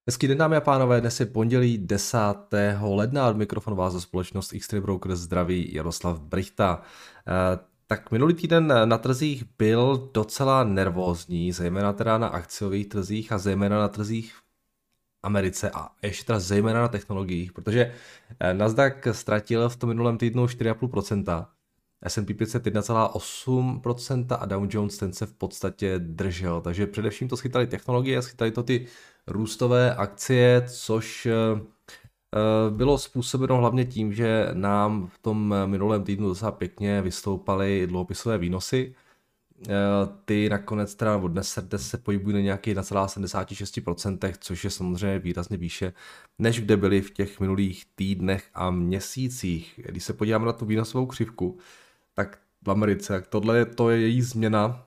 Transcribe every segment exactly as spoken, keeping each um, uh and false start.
Hezký den, dámy a pánové, dnes je pondělí desátého ledna, od mikrofonu vás za společnost X-Ray Brokers zdraví Jaroslav Brychta. Eh, Tak minulý týden na trzích byl docela nervózní, zejména teda na akciových trzích a zejména na trzích v Americe a ještě teda zejména na technologiích, protože eh, Nasdaq ztratil v tom minulém týdnu čtyři celá pět procenta, S and P pět set jedna celá osm procenta a Dow Jones ten se v podstatě držel. Takže především to schytali technologie, schytali to ty růstové akcie, což eh, bylo způsobeno hlavně tím, že nám v tom minulém týdnu docela pěkně vystoupaly dluhopisové výnosy. Eh, Ty nakonec teda od dnes se pohybují na nějakých jedna celá sedmdesát šest procenta, což je samozřejmě výrazně výše, než kde byly v těch minulých týdnech a měsících. Když se podíváme na tu výnosovou křivku, tak v Americe, tak tohle je, to je její změna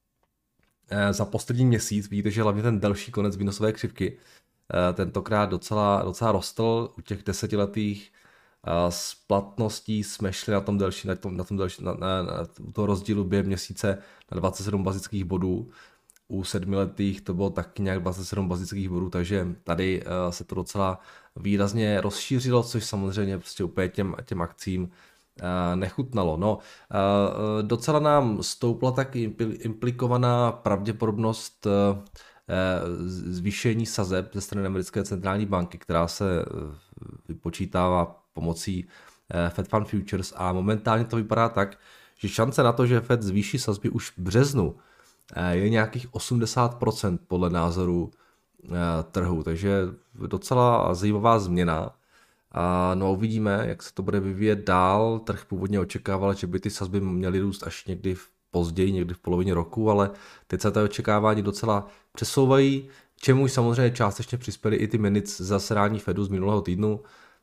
eh, za poslední měsíc. Vidíte, že hlavně ten delší konec výnosové křivky eh, tentokrát docela, docela rostl. U těch desetiletých eh, splatností jsme šli na tom delší, na tom, na tom delší, na, na, na toho rozdílu během měsíce na dvacet sedm bazických bodů. U sedmiletých to bylo taky nějak dvacet sedm bazických bodů, takže tady uh, se to docela výrazně rozšířilo, což samozřejmě prostě úplně těm, těm akcím uh, nechutnalo. No, uh, docela nám stoupla tak implikovaná pravděpodobnost uh, zvýšení sazeb ze strany americké centrální banky, která se vypočítává pomocí uh, Fed Fund Futures a momentálně to vypadá tak, že šance na to, že Fed zvýší sazby už v březnu, je nějakých osmdesát procent podle názoru trhu, takže docela zajímavá změna. A no uvidíme, jak se to bude vyvíjet dál. Trh původně očekával, že by ty sazby měly růst až někdy v později, někdy v polovině roku, ale teď se ty očekávání docela přesouvají, čemu samozřejmě částečně přispěly i ty minutes zasedání Fedu z minulého týdnu,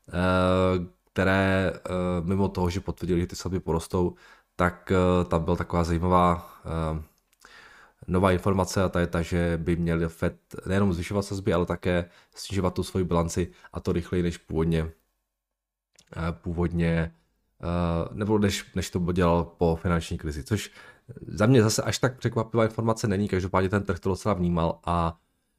které mimo toho, že potvrdili, že ty sazby porostou, tak tam byla taková zajímavá nová informace a ta je ta, že by měl Fed nejenom zvyšovat sazby, ale také snižovat tu svoji bilanci a to rychleji než původně, původně nebo než, než to dělal po finanční krizi, což za mě zase až tak překvapivá informace není, každopádně ten trh to docela vnímal a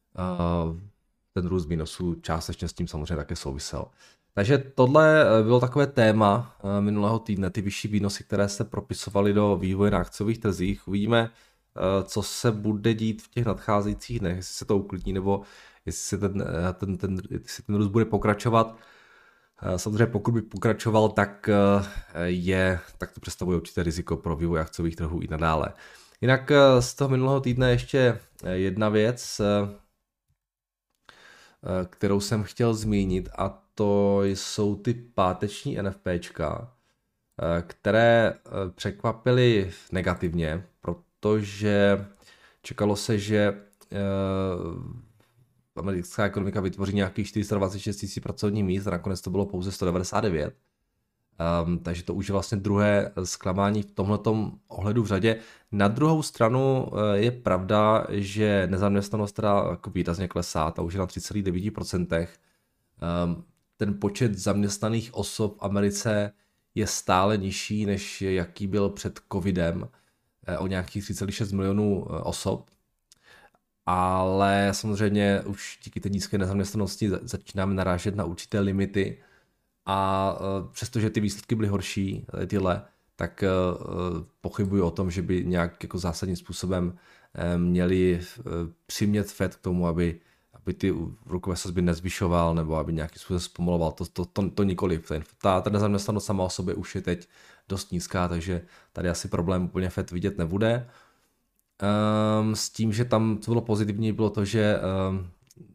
ten růst výnosů částečně s tím samozřejmě také souvisel. Takže tohle bylo takové téma minulého týdne, ty vyšší výnosy, které se propisovaly do vývoje na akciových trzích. Uvidíme, co se bude dít v těch nadcházejících dnech, jestli se to uklidní, nebo jestli se ten, ten, ten, jestli ten růst bude pokračovat. Samozřejmě pokud by pokračoval, tak, je, tak to představuje určité riziko pro vývoj akciových trhů i nadále. Jinak z toho minulého týdne ještě jedna věc, kterou jsem chtěl zmínit, a to jsou ty páteční NFPčka, které překvapily negativně, protože čekalo se, že uh, americká ekonomika vytvoří nějakých čtyři sta dvacet šest tisíc pracovních míst a nakonec to bylo pouze sto devadesát devět. Um, takže to už je vlastně druhé zklamání v tomhletom ohledu v řadě. Na druhou stranu uh, je pravda, že nezaměstnanost teda jako výrazně klesá, ta už je na tři celá devět procenta. Um, ten počet zaměstnaných osob v Americe je stále nižší, než jaký byl před covidem, o nějakých tři celá šest milionů osob, ale samozřejmě už díky té nízké nezaměstnanosti začínáme narážet na určité limity a přestože ty výsledky byly horší, tyhle, tak pochybuji o tom, že by nějak jako zásadním způsobem měli přimět Fed k tomu, aby, aby ty úrokové sazby nezvyšoval nebo aby nějakým způsobem zpomaloval. To, to, to, to nikoliv. Ta, ta nezaměstnanost sama o sobě už je teď dost nízká, takže tady asi problém úplně Fed vidět nebude. Um, s tím, že tam co bylo pozitivní, bylo to, že um,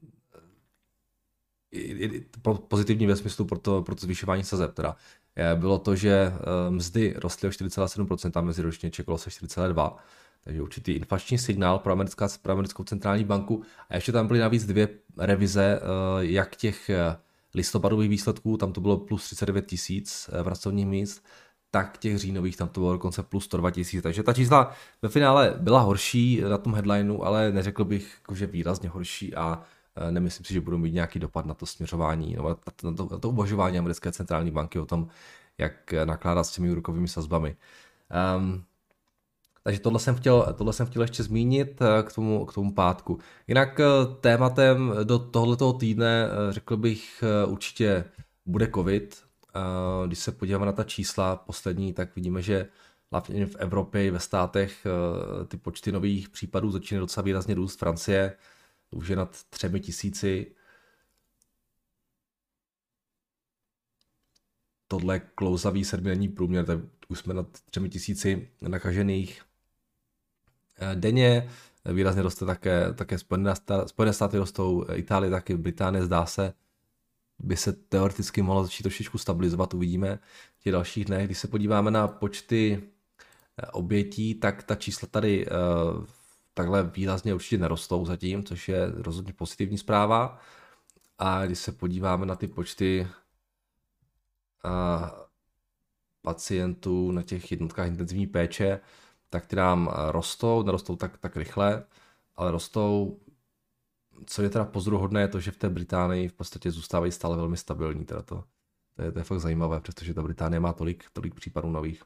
pozitivní ve smyslu pro to, pro to zvyšování sazeb, teda bylo to, že mzdy rostly o čtyři celá sedm procenta, meziročně čekalo se čtyři celá dva procenta, takže určitý inflační signál pro, americká, pro americkou centrální banku. A ještě tam byly navíc dvě revize, jak těch listopadových výsledků, tam to bylo plus třicet devět tisíc pracovních míst, tak těch říjnových tam to bylo dokonce plus sto dva tisíc. Takže ta čísla ve finále byla horší na tom headlineu, ale neřekl bych, že výrazně horší a nemyslím si, že budou mít nějaký dopad na to směřování, no, na, to, na to uvažování americké centrální banky o tom, jak nakládat s těmi úrokovými sazbami. Um, Takže tohle jsem chtěl, tohle jsem chtěl ještě zmínit k tomu, k tomu pátku. Jinak tématem do tohletoho týdne, řekl bych, určitě bude covid. Když se podíváme na ta čísla poslední, tak vidíme, že hlavně v Evropě i ve státech ty počty nových případů začínají docela výrazně růst. Francie už je nad třemi tisíci. Tohle klouzavý sedmidenní průměr, tak už jsme nad třemi tisíci nakažených denně. Výrazně roste také, také Spojené, Spojené státy rostou, Itálie taky, Británie zdá se, by se teoreticky mohlo začít trošičku stabilizovat, uvidíme v těch dalších dnech. Když se podíváme na počty obětí, tak ta čísla tady uh, takhle výrazně určitě nerostou zatím, což je rozhodně pozitivní zpráva. A když se podíváme na ty počty uh, pacientů na těch jednotkách intenzivní péče, tak ty nám rostou, nerostou tak, tak rychle, ale rostou. Co je teda pozoruhodné, je to, že v té Británii v podstatě zůstávají stále velmi stabilní. Teda to, to, je, to je fakt zajímavé, přestože ta Británie má tolik, tolik případů nových.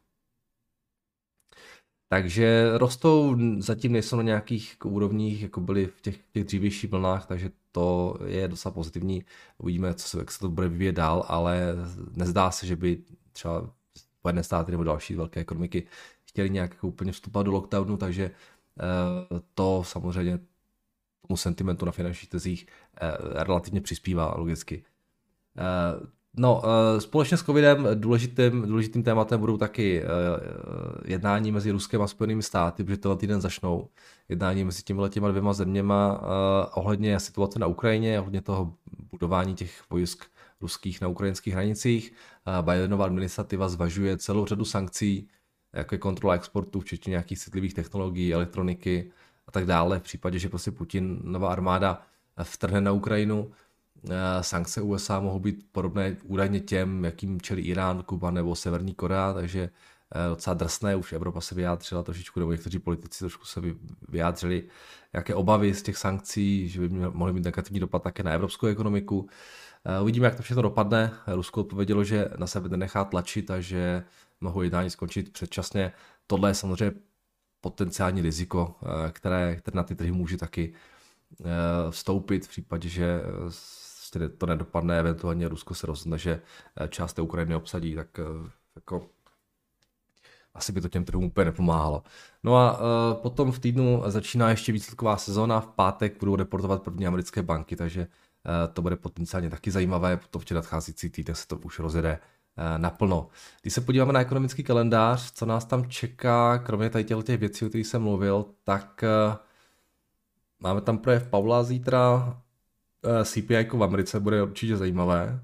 Takže rostou, zatím nejsou na nějakých úrovních, jako byly v těch, těch dřívějších vlnách, takže to je docela pozitivní. Uvidíme, co se, jak se to bude vyvíjet dál, ale nezdá se, že by třeba Spojené státy nebo další velké ekonomiky chtěli nějak jako úplně vstupovat do lockdownu, takže to samozřejmě tomu sentimentu na finančních trzích relativně přispívá logicky. No, společně s covidem důležitým, důležitým tématem budou taky jednání mezi Ruskem a Spojenými státy, protože tenhle týden začnou jednání mezi těmi těma dvěma zeměma ohledně situace na Ukrajině, ohledně toho budování těch vojsk ruských na ukrajinských hranicích. Bidenova administrativa zvažuje celou řadu sankcí, jako je kontrola exportu, včetně nějakých citlivých technologií, elektroniky a tak dále. V případě, že prostě Putin, nová armáda vtrhne na Ukrajinu, sankce U S A mohou být podobné údajně těm, jakým čelí Irán, Kuba nebo Severní Korea, takže docela drsné, už Evropa se vyjádřila trošičku, nebo někteří politici trošku se vyjádřili, jaké obavy z těch sankcí, že by mohly mít negativní dopad také na evropskou ekonomiku. Uvidíme, jak to všechno dopadne. Rusko odpovědělo, že na sebe nenechá tlačit a že mohou jednání skončit předčasně. Tohle je samozřejmě potenciální riziko, které, které na ty trhy může taky vstoupit v případě, že to nedopadne, eventuálně Rusko se rozhodne, že část té Ukrajiny obsadí, tak jako asi by to těm trhům úplně nepomáhalo. No a potom v týdnu začíná ještě výsledková sezóna, v pátek budou reportovat první americké banky, takže to bude potenciálně taky zajímavé, potom v těch nadcházejících týdnech se to už rozjede naplno. Když se podíváme na ekonomický kalendář, co nás tam čeká, kromě tady těch věcí, o kterých jsem mluvil, tak máme tam projev Powella zítra, C P I v Americe bude určitě zajímavé.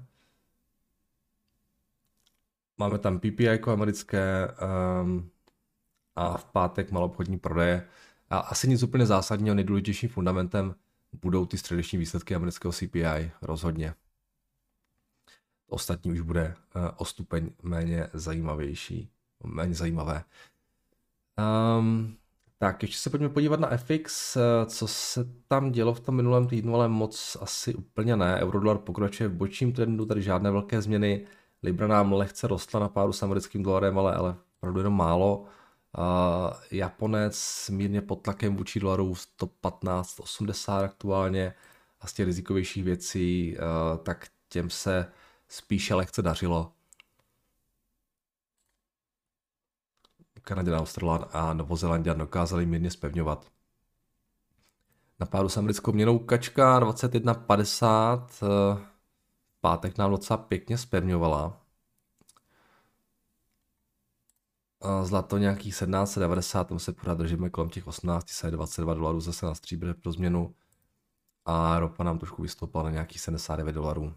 Máme tam P P I americké um, a v pátek maloobchodní prodeje. A asi nic úplně zásadního, nejdůležitějším fundamentem budou ty středeční výsledky amerického C P I, rozhodně. Ostatní už bude uh, o stupeň méně zajímavější, méně zajímavé. Um, tak, ještě se pojďme podívat na F X, co se tam dělo v tom minulém týdnu, ale moc asi úplně ne. Eurodolar pokračuje v bočním trendu, tady žádné velké změny. Libra nám lehce rostla na páru s americkým dolarem, ale, ale opravdu jenom málo. Uh, Japonec mírně pod tlakem vůči dolaru sto patnáct osmdesát aktuálně a z těch rizikovějších věcí, uh, tak těm se spíše lehce dařilo. Kanaděn, Australan a Novozélanďan dokázali mírně zpevňovat. Na páru s americkou měnou kačka dvacet jedna padesát, v pátek nám docela pěkně zpevňovala. Zlato nějakých sedmnáct devadesát, tam se pořád držíme kolem těch osmnáct set dvacet dva dolarů zase na stříbře pro změnu. A ropa nám trošku vystoupala na nějakých sedmdesát devět dolarů.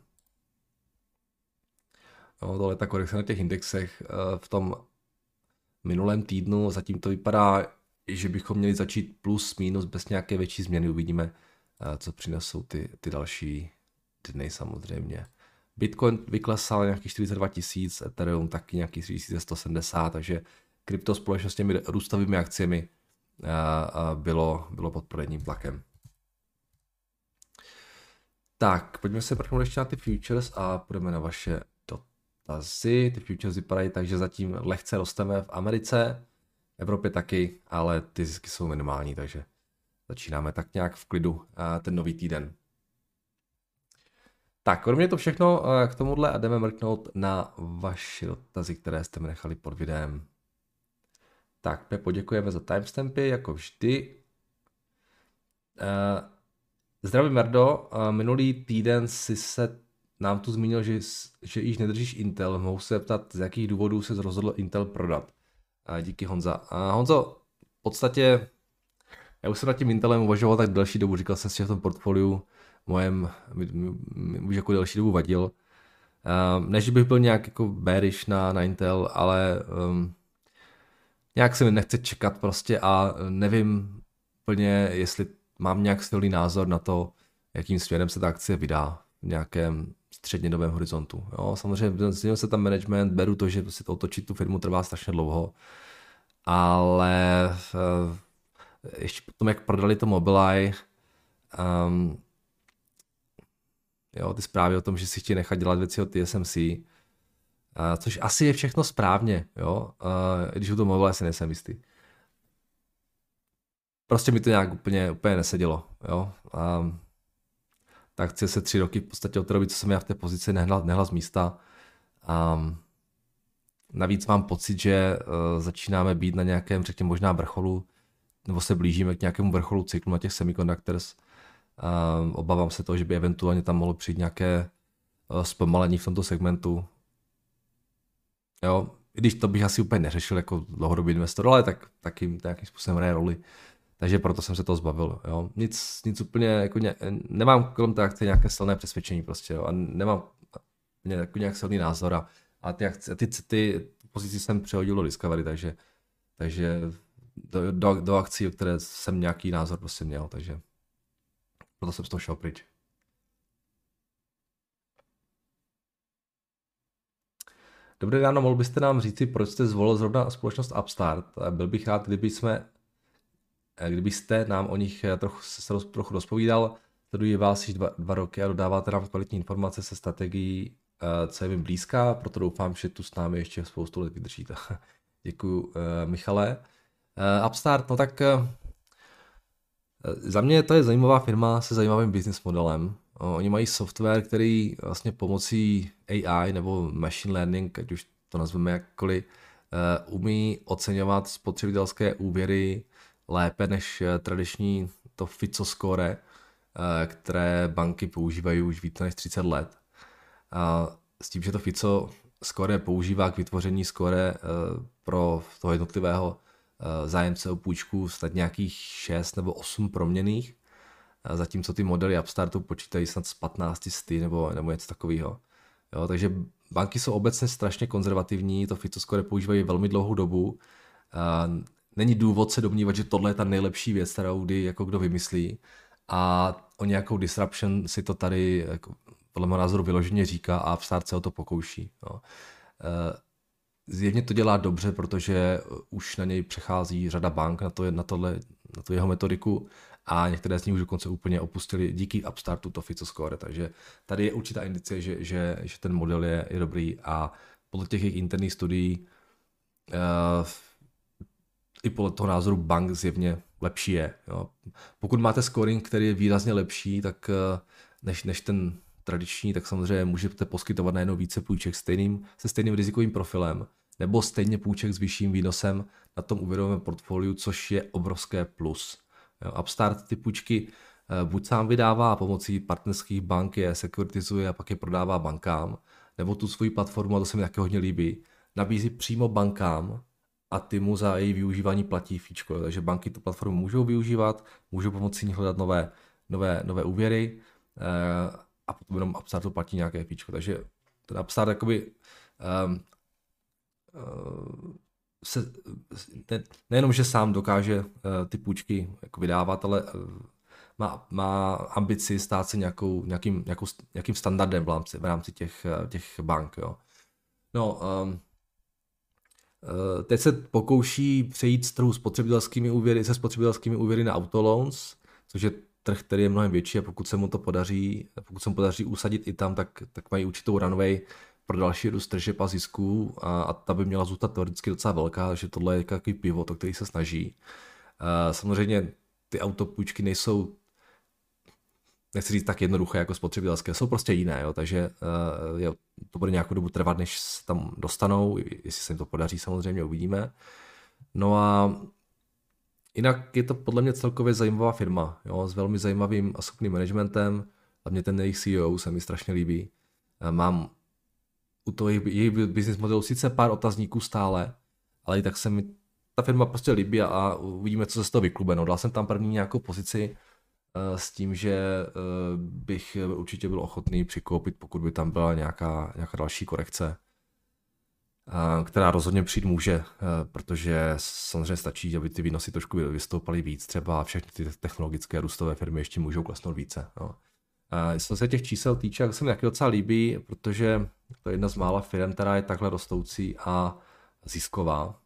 No, tohle je ta korekce na těch indexech v tom minulém týdnu, zatím to vypadá, že bychom měli začít plus, minus, bez nějaké větší změny. Uvidíme, co přinesou ty, ty další dny samozřejmě. Bitcoin vyklesal nějakých čtyřicet dva tisíc, Ethereum taky nějakých tři tisíce sto sedmdesát, takže krypto společnost s těmi růstovými akciemi bylo, bylo pod prodejním tlakem. Tak, pojďme se prchnout ještě na ty futures a půjdeme na vaše dotazy. Ty futures vypadají tak, že zatím lehce rosteme v Americe. Evropě taky, ale ty zisky jsou minimální, takže začínáme tak nějak v klidu ten nový týden. Tak, kromě to všechno k tomuhle a jdeme mrknout na vaše dotazy, které jste mi nechali pod videem. Tak, poděkujeme za timestampy, jako vždy. Zdravím, Merdo, minulý týden si se nám tu zmínil, že, že již nedržíš Intel. Mohu se ptat, z jakých důvodů se rozhodl Intel prodat. A díky, Honza. A Honzo, v podstatě, já už jsem nad tím Intelem uvažoval tak delší dobu, říkal jsem si, že v tom portfoliu mojem už jako delší dobu vadil. Um, než bych byl nějak jako bearish na, na Intel, ale um, nějak se mi nechce čekat prostě a nevím úplně, jestli mám nějak silný názor na to, jakým směrem se ta akcie vydá v nějakém střednědobém horizontu. Jo, samozřejmě změnil se tam management, beru to, že si to otočit tu firmu trvá strašně dlouho, ale uh, ještě potom, jak prodali to Mobileye, um, jo, ty zprávy o tom, že si chtějí nechat dělat věci od T S M C, uh, což asi je všechno správně, jo, uh, když u toho Mobileye si nejsem jistý. Prostě mi to nějak úplně, úplně nesedělo, jo. Um, tak chci se tři roky v podstatě od té doby, co jsem já v té pozici, nehla, nehla z místa. Um, navíc mám pocit, že uh, začínáme být na nějakém, řekněme, možná vrcholu, nebo se blížíme k nějakému vrcholu cyklu na těch semiconductors. Um, obávám se toho, že by eventuálně tam mohlo přijít nějaké uh, zpomalení v tomto segmentu. Jo, i když to bych asi úplně neřešil jako dlouhodobý investor, ale tak taky nějakým způsobem hraje roli. Takže proto jsem se toho zbavil, jo. Nic, nic úplně, jako ně, nemám kolem té akce nějaké silné přesvědčení prostě, jo. A nemám ně, jako nějak silný názor a, a ty, akce, ty, ty pozici jsem přehodil do Discovery, takže, takže do, do, do akcí, o které jsem nějaký názor prostě měl, takže proto jsem z toho šel pryč. Dobré ráno, mohl byste nám říci, proč jste zvolil zrovna společnost Upstart? Byl bych rád, kdyby jsme Kdybyste nám o nich trochu, se trochu rozpovídal, sleduji vás již dva, dva roky a dodáváte nám kvalitní informace se strategií, co je mi blízká, proto doufám, že tu s námi ještě spoustu let vydržíte. Děkuji, Michale. Upstart, no tak za mě to je zajímavá firma se zajímavým business modelem. Oni mají software, který vlastně pomocí A I nebo machine learning, ať už to nazveme jakkoliv, umí oceňovat spotřebitelské úvěry lépe než tradiční to FICO score, které banky používají už více než třicet let. A s tím, že to FICO score používá k vytvoření score pro toho jednotlivého zájemce o půjčku snad nějakých šest nebo osm proměnných, zatímco ty modely Upstartu počítají snad z patnáct sty nebo, nebo něco takového. Jo, takže banky jsou obecně strašně konzervativní, to FICO score používají velmi dlouhou dobu. Není důvod se domnívat, že tohle je ta nejlepší věc, kterou kdy jako kdo vymyslí, a o nějakou disruption si to tady jako, podle mého názoru vyloženě říká a Upstart se o to pokouší. No. Zjevně to dělá dobře, protože už na něj přechází řada bank na, to, na, tohle, na tu jeho metodiku a některé z nich už dokonce úplně opustili díky Upstartu to FICO score, takže tady je určitá indicie, že, že, že ten model je, je dobrý a podle těch jejich interních studií uh, i podle toho názoru bank zjevně lepší je. Jo. Pokud máte scoring, který je výrazně lepší, tak než, než ten tradiční, tak samozřejmě můžete poskytovat najednou více půjček stejným, se stejným rizikovým profilem, nebo stejně půjček s vyšším výnosem na tom úvěrovém portfoliu, což je obrovské plus. Jo. Upstart ty půjčky buď sám vydává a pomocí partnerských bank je sekuritizuje a pak je prodává bankám, nebo tu svoji platformu, a to se mi taky hodně líbí, nabízí přímo bankám a ty mu za její využívání platí fíčko. Takže banky tu platformu můžou využívat, můžou pomocí ní hledat nové, nové, nové úvěry eh, a potom jenom Upstartu platí nějaké fíčko. Takže ten Upstart jakoby um, uh, se, ne, nejenom, že sám dokáže uh, ty půjčky jako vydávat, ale uh, má, má ambici stát se nějakou, nějakým, nějakou, nějakým standardem v rámci, v rámci těch, těch bank. Jo. No, um, teď se pokouší přejít z trhu spotřebitelskými úvěry, se spotřebitelskými úvěry na autoloans, což je trh, který je mnohem větší a pokud se mu to podaří, pokud se mu podaří usadit i tam, tak, tak mají určitou runway pro další růst tržeb a zisků a, a ta by měla zůstat teoreticky docela velká, takže tohle je takový pivot, o který se snaží. Uh, samozřejmě ty autopůjčky nejsou, nechci říct tak jednoduché jako spotřebitelské, jsou prostě jiné, jo, takže uh, jo, to bude nějakou dobu trvat, než se tam dostanou, jestli se jim to podaří, samozřejmě uvidíme. No a jinak je to podle mě celkově zajímavá firma, jo, s velmi zajímavým a schopným managementem, hlavně ten jejich C E O se mi strašně líbí. Uh, mám u toho jejich business modelu sice pár otazníků stále, ale i tak se mi ta firma prostě líbí a uvidíme, co se z toho vyklube. No, dal jsem tam první nějakou pozici uh, s tím, že uh, bych určitě byl ochotný přikoupit, pokud by tam byla nějaká, nějaká další korekce, uh, která rozhodně přijít může, uh, protože samozřejmě stačí, aby ty výnosy trošku vystoupaly víc, třeba všechny ty technologické růstové firmy ještě můžou klesnout více. No. Uh, co se těch čísel týče, tak se mi taky docela líbí, protože to je jedna z mála firm, která je takhle rostoucí a zisková.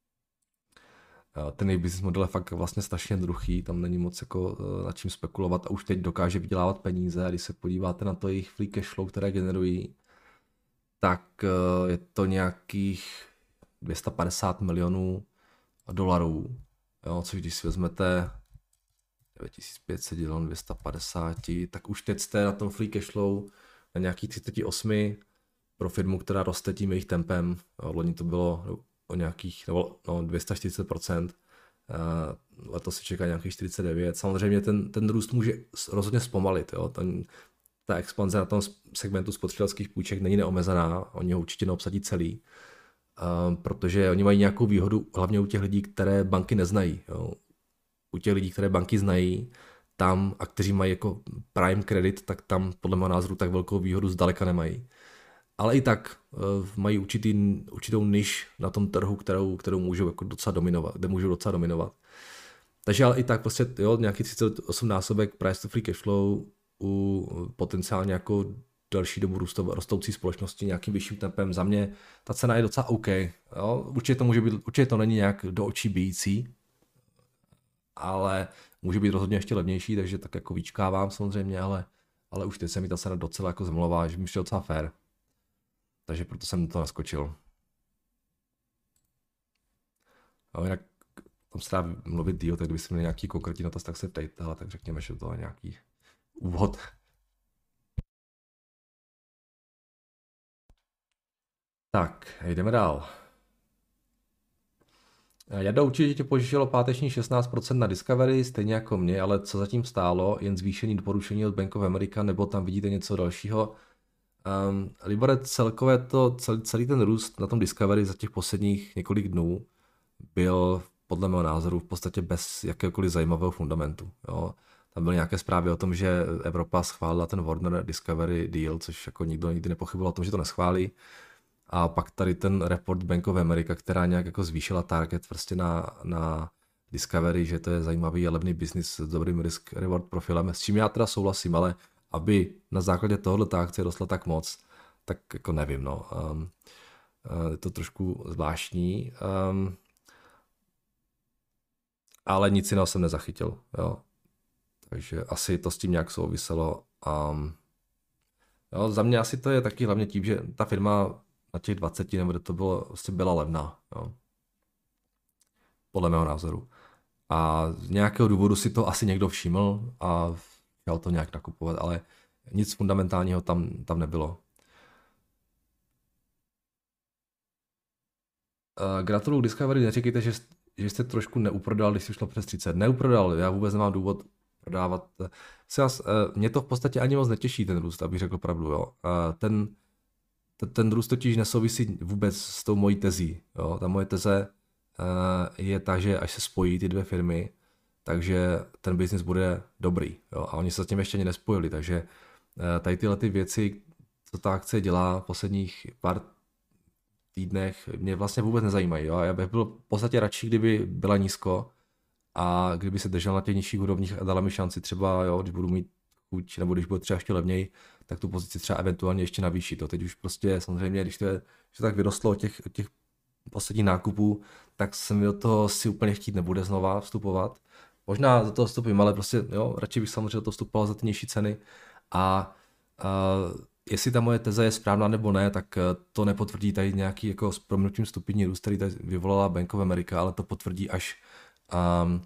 Ten její business model je fakt vlastně strašně jednoduchý, tam není moc jako nad čím spekulovat a už teď dokáže vydělávat peníze. A když se podíváte na to jejich free cash flow, které generují, tak je to nějakých dvě stě padesát milionů dolarů, jo, což když si vezmete devět tisíc pět set děleno dvě stě padesát, tak už teď jste na tom free cash flow na nějakých třicet osm pro firmu, která roste tím jejich tempem. Loni to bylo o nějakých nebo, no, dvě stě čtyřicet procent, uh, letos se čeká nějakých čtyřicet devět. Samozřejmě ten, ten růst může rozhodně zpomalit. Jo. Ten, ta expanze na tom segmentu spotřebitelských půjček není neomezená, oni ho určitě neobsadí celý, uh, protože oni mají nějakou výhodu, hlavně u těch lidí, které banky neznají. Jo. U těch lidí, které banky znají, tam a kteří mají jako prime credit, tak tam podle mého názoru tak velkou výhodu zdaleka nemají. Ale i tak uh, mají určitý, určitou niž na tom trhu, kterou, kterou můžou jako docela dominovat, kde můžou docela dominovat. Takže ale i tak prostě jo, nějaký třicet osm násobek price to free cash flow u potenciálně jako další dobu růstov, rostoucí společnosti nějakým vyšším tempem, za mě ta cena je docela OK. Jo. Určitě to může být, určitě to není nějak do očí bijící, ale může být rozhodně ještě levnější, takže tak jako vyčkávám samozřejmě, ale, ale už teď se mi ta cena docela jako zmlouvá, že mi je docela fair. Takže proto jsem to naskočil. A jinak tam se dá mluvit díl, tak kdybyste měli nějaký konkrétní dotaz, tak se ptejte, ale tak řekněme, že to je nějaký úvod. Tak, jdeme dál. Jada určitě tě požíšilo páteční šestnáct procent na Discovery, stejně jako mě, ale co zatím stálo, jen zvýšený doporučení od Bank of America, nebo tam vidíte něco dalšího? Um, Libore, celkové to, celý, celý ten růst na tom Discovery za těch posledních několik dnů byl podle mého názoru v podstatě bez jakéhokoliv zajímavého fundamentu. Jo. Tam byly nějaké zprávy o tom, že Evropa schválila ten Warner Discovery deal, což jako nikdo nikdy nepochyboval o tom, že to neschválí. A pak tady ten report Bank of America, která nějak jako zvýšila target prostě na, na Discovery, že to je zajímavý a levný biznis s dobrým risk reward profilem, s čím já teda souhlasím, ale aby na základě tohohle ta akce rostla tak moc, tak jako nevím, no. Um, uh, je to trošku zvláštní. Um, ale nic jiného jsem nezachytil, jo. Takže asi to s tím nějak souviselo. Um, jo, za mě asi to je taky hlavně tím, že ta firma na těch dvaceti nebo kde to bylo, vlastně byla levná, jo. Podle mého názoru. A z nějakého důvodu si to asi někdo všiml a chtěl to nějak nakupovat, ale nic fundamentálního tam, tam nebylo. Uh, gratuluju Discovery, neříkejte, že, že jste trošku neuprodal, když jste šlo přes třicet. Neuprodal, já vůbec nemám důvod prodávat. Vás, uh, mě to v podstatě ani moc netěší, ten růst, abych řekl pravdu. Jo. Uh, ten, ten, ten růst totiž nesouvisí vůbec s tou mojí tezí. Jo. Ta moje teze uh, je ta, že až se spojí ty dvě firmy, takže ten biznis bude dobrý. Jo? A oni se zatím ještě ani nespojili, takže tady tyhle ty věci, co ta akce dělá v posledních pár týdnech, mě vlastně vůbec nezajímají. Jo? Já bych byl v podstatě radši, kdyby byla nízko a kdyby se držel na těch nižších úrovních a dala mi šanci třeba, jo, když budu mít chuť, nebo když bude třeba ještě levněji, tak tu pozici třeba eventuálně ještě navýšit. To teď už prostě samozřejmě, když to, je, když to tak vyrostlo od těch, od těch posledních nákupů, tak se mi do toho si úplně chtít nebude znova vstupovat. Možná do toho vstupím, ale prostě jo, radši bych samozřejmě do toho vstupoval za ty nižší ceny a uh, jestli ta moje teze je správná nebo ne, tak to nepotvrdí tady nějaký jako s proměnutím stupidní růst, který tady vyvolala Bank of America, ale to potvrdí až um,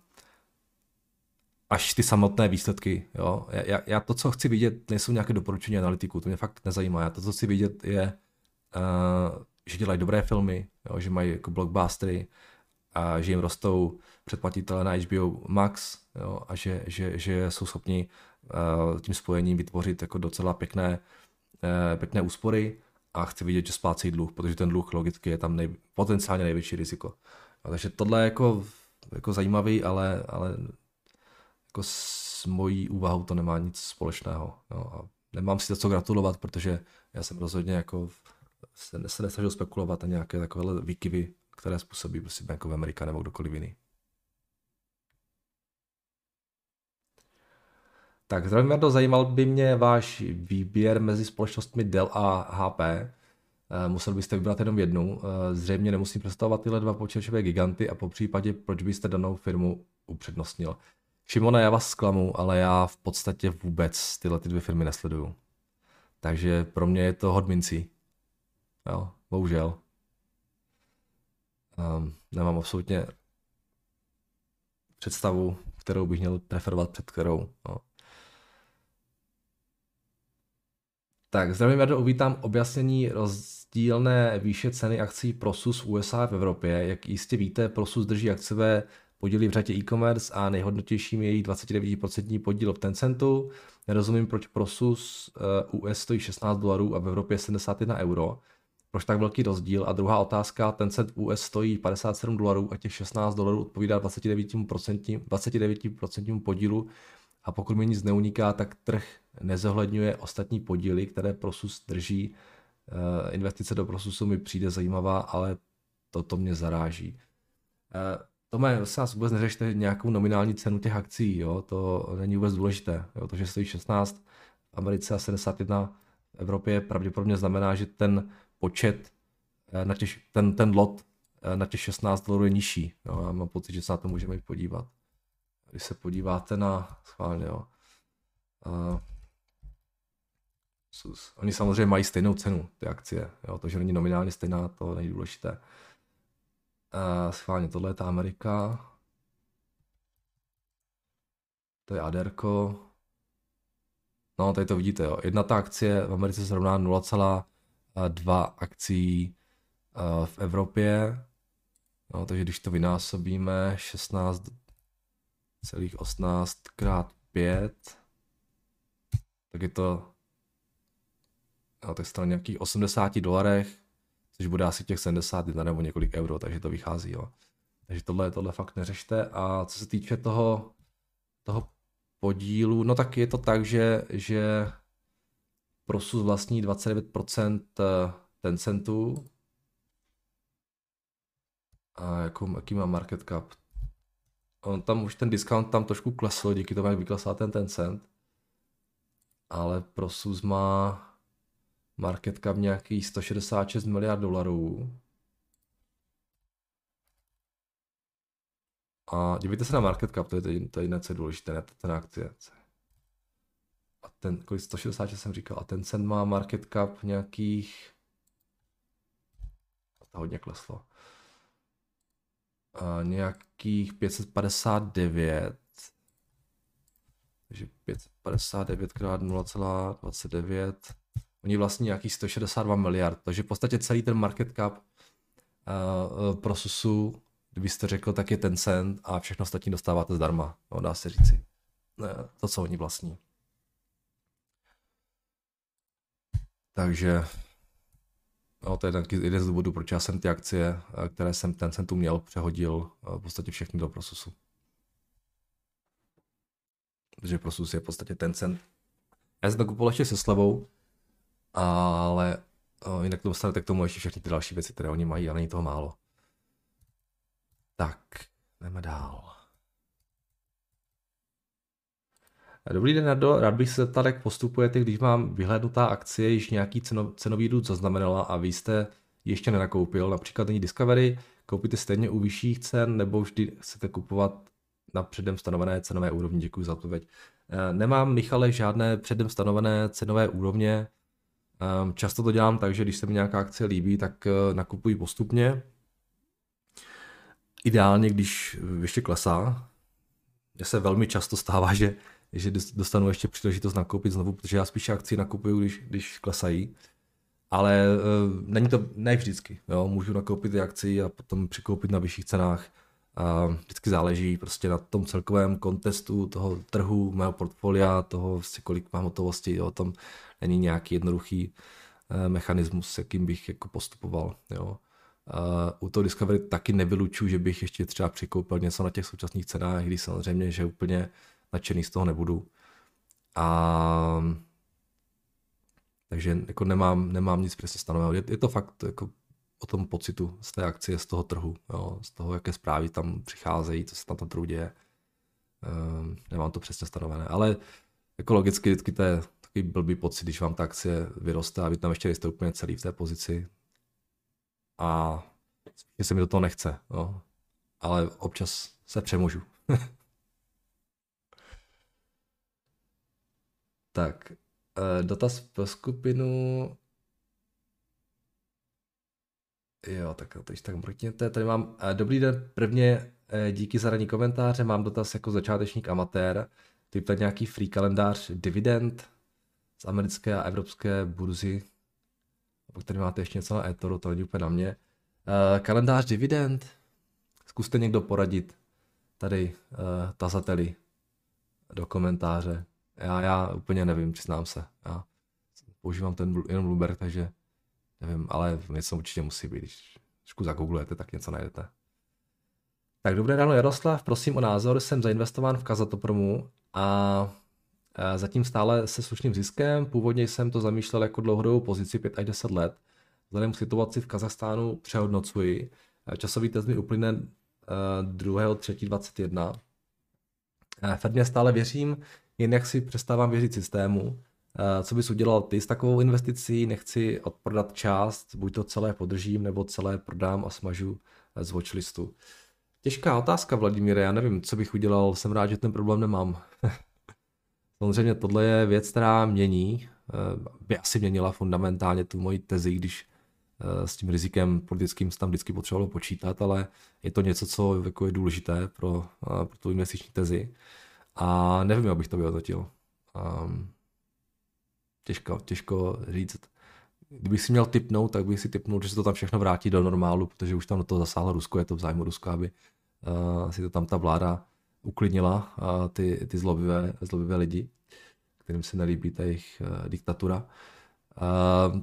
až ty samotné výsledky. Jo? Já, já to, co chci vidět, nejsou nějaké doporučení analytiků, to mě fakt nezajímá. Já to, co chci vidět, je, uh, že dělají dobré filmy, jo? Že mají jako blockbustery, a že jim rostou předplatitele na H B O Max, jo? A že, že, že jsou schopni uh, tím spojením vytvořit jako docela pěkné, uh, pěkné úspory a chci vidět, že splácejí dluh, protože ten dluh logicky je tam nej, potenciálně největší riziko. A takže tohle je jako, jako zajímavý, ale, ale jako s mojí úvahou to nemá nic společného. Jo? A nemám si za co gratulovat, protože já jsem rozhodně jako se, se nesnažil spekulovat na nějaké takovéhle výkyvy, které způsobí prostě Bank of America nebo kdokoliv jiný. Tak zdravím, Jardo, zajímal by mě váš výběr mezi společnostmi Dell a H P. Musel byste vybrat jenom jednu. Zřejmě nemusím představovat tyhle dva počítačové giganty a po případě, proč byste danou firmu upřednostnil. Šimone, já vás zklamu, ale já v podstatě vůbec tyhle ty dvě firmy nesleduju. Takže pro mě je to hod mincí. Jo, bohužel. Um, nemám absolutně představu, kterou bych měl preferovat před kterou. No. Tak, zdravím, Jardo, uvítám objasnění rozdílné výše ceny akcí Prosus v U S A a v Evropě. Jak jistě víte, Prosus drží akciové podíly v řadě e-commerce a nejhodnotějším je její dvacet devět procent podíl v Tencentu. Nerozumím, proč Prosus U S stojí šestnáct dolarů a v Evropě sedmdesát jedna euro. Proč tak velký rozdíl? A druhá otázka, Tencent U S stojí padesát sedm dolarů a těch šestnáct dolarů odpovídá dvacet devět procent, dvacet devět procent podílu. A pokud mi nic neuniká, tak trh nezohledňuje ostatní podíly, které Prosus drží. Investice do Prosusu mi přijde zajímavá, ale toto mě zaráží. Tome, se nás vůbec neřešte nějakou nominální cenu těch akcí, jo? To není vůbec důležité. Jo? To, že stojí šestnáct v Americe a sedmdesát jedna v Evropě, pravděpodobně znamená, že ten počet, na těch, ten, ten lot na těch šestnáct dolarů je nižší. Jo? Já mám pocit, že se na to můžeme jít podívat. Když se podíváte na, schválně, jo. Uh, sus. Oni samozřejmě mají stejnou cenu, ty akcie. Jo? To, že není nominálně stejná, to není důležité. Uh, schválně, tohle je ta Amerika. To je Aderko. No, tady to vidíte, jo. Jedna ta akcie v Americe se rovná nula celá dva akcí uh, v Evropě. No, takže když to vynásobíme šestnáct celých osmnáct krát pět, tak je to no, tak na nějakých osmdesáti dolarech, což bude asi těch sedmdesát jedna nebo několik euro, takže to vychází. Jo. Takže tohle, tohle fakt neřešte. A co se týče toho, toho podílu, no tak je to tak, že, že Prosus vlastní dvacet devět procent Tencentu. A jako, jaký má market cap? On tam už ten discount tam trošku klesl, díky tomu, jak vyklesá ten Tencent. Ale Prosus má market cap nějaký sto šedesát šest miliard dolarů. A dívejte se na market cap, to je to jediné, co je důležité, ne ten akcie. A ten, kolik sto šedesát šest jsem říkal, a ten cent má market cap nějakých... To hodně kleslo. A nějakých pět set padesát devět. Takže pět set padesát devět krát nula celá dvacet devět. Oni vlastní nějakých sto šedesát dva miliard. Takže v podstatě celý ten market cap uh, Prosusu, kdybyste řekl, tak je Tencent a všechno ostatní dostáváte zdarma. No, dá se říci. Ne, to, co oni vlastní. Takže no, to je taky jeden z důvodů, proč já jsem ty akcie, které jsem Tencentu měl, přehodil v podstatě všechny do Prosusu. Protože Prosus je v podstatě Tencent. Já jsem to kupoval ještě se slevou, ale jinak to dostanete k tomu ještě všechny ty další věci, které oni mají, ale není toho málo. Tak, jdeme dál. Dobrý den, Nardo. Rád bych se zeptal, jak postupujete, když mám vyhlédnutá akcie, již nějaký ceno, cenový růst zaznamenala a vy jste ještě nenakoupil, například není Discovery, koupíte stejně u vyšších cen, nebo vždy chcete kupovat na předem stanovené cenové úrovni? Děkuji za odpověď. Nemám, Michale, žádné předem stanovené cenové úrovně. Často to dělám tak, že když se mi nějaká akcie líbí, tak nakupuji postupně. Ideálně, když ještě klesá. Mně se velmi často stává, že, že dostanu ještě příležitost nakoupit znovu, protože já spíš akci nakupuju, když, když klesají. Ale uh, není to ne vždycky. Jo? Můžu nakoupit ty akci a potom přikoupit na vyšších cenách. A vždycky záleží prostě na tom celkovém kontestu toho trhu, mého portfolia, toho, kolik mám hotovosti. Jo? Tam není nějaký jednoduchý uh, mechanismus, s jakým bych jako postupoval. Jo? Uh, u toho Discovery taky nevylučuju, že bych ještě třeba přikoupil něco na těch současných cenách, když samozřejmě, že úplně nadšený z toho nebudu. A takže jako nemám, nemám nic přesně stanoveného. Je, je to fakt jako o tom pocitu z té akcie, z toho trhu, jo, z toho, jaké zprávy tam přicházejí, co se na tom trhu děje. Um, nemám to přesně stanovené, ale jako logicky vždycky to je takový blbý pocit, když vám ta akcie vyroste a vy tam ještě nejste úplně celý v té pozici. A spíš se mi do toho nechce, jo. Ale občas se přemůžu. Tak, dotaz pro skupinu. Jo, tak teď tak mrkněte. Tady mám, dobrý den, prvně díky za ranní komentáře, mám dotaz jako začátečník amatér. Typ nějaký free kalendář dividend z americké a evropské burzy. A pak tady máte ještě něco na eToro, to není úplně na mě. Uh, kalendář dividend. Zkuste někdo poradit tady uh, tazateli do komentáře. Já, já úplně nevím, přiznám se. Já používám ten jenom Bloomberg, takže nevím, ale něco určitě musí být. Když trošku zagooglujete, tak něco najdete. Tak dobré ráno Jaroslav, prosím o názor. Jsem zainvestován v Kazatopromu a zatím stále se slušným ziskem. Původně jsem to zamýšlel jako dlouhodobou pozici pět až deset let. Vzhledem k situaci v Kazachstánu přehodnocuji. Časový test mi uplyne druhého třetího dvacet jedna. Firmě stále věřím, jen jak si přestávám věřit systému. Co bys udělal ty s takovou investicí? Nechci odprodat část, buď to celé podržím, nebo celé prodám a smažu z watchlistu. Těžká otázka, Vladimíre, já nevím, co bych udělal, jsem rád, že ten problém nemám. Samozřejmě tohle je věc, která mění, by asi měnila fundamentálně tu moji tezi, když s tím rizikem politickým se tam vždycky potřebovalo počítat, ale je to něco, co jako je důležité pro, pro tu investiční tezi. A nevím, jak bych to vyhodnotil. Um, těžko, těžko říct. Kdybych si měl tipnout, tak bych si tipnul, že se to tam všechno vrátí do normálu, protože už tam do toho zasáhlo Rusko, je to v zájmu Ruska, aby uh, si to tam ta vláda uklidnila, uh, ty, ty zlobivé, zlobivé lidi, kterým se nelíbí ta jejich uh, diktatura. Uh,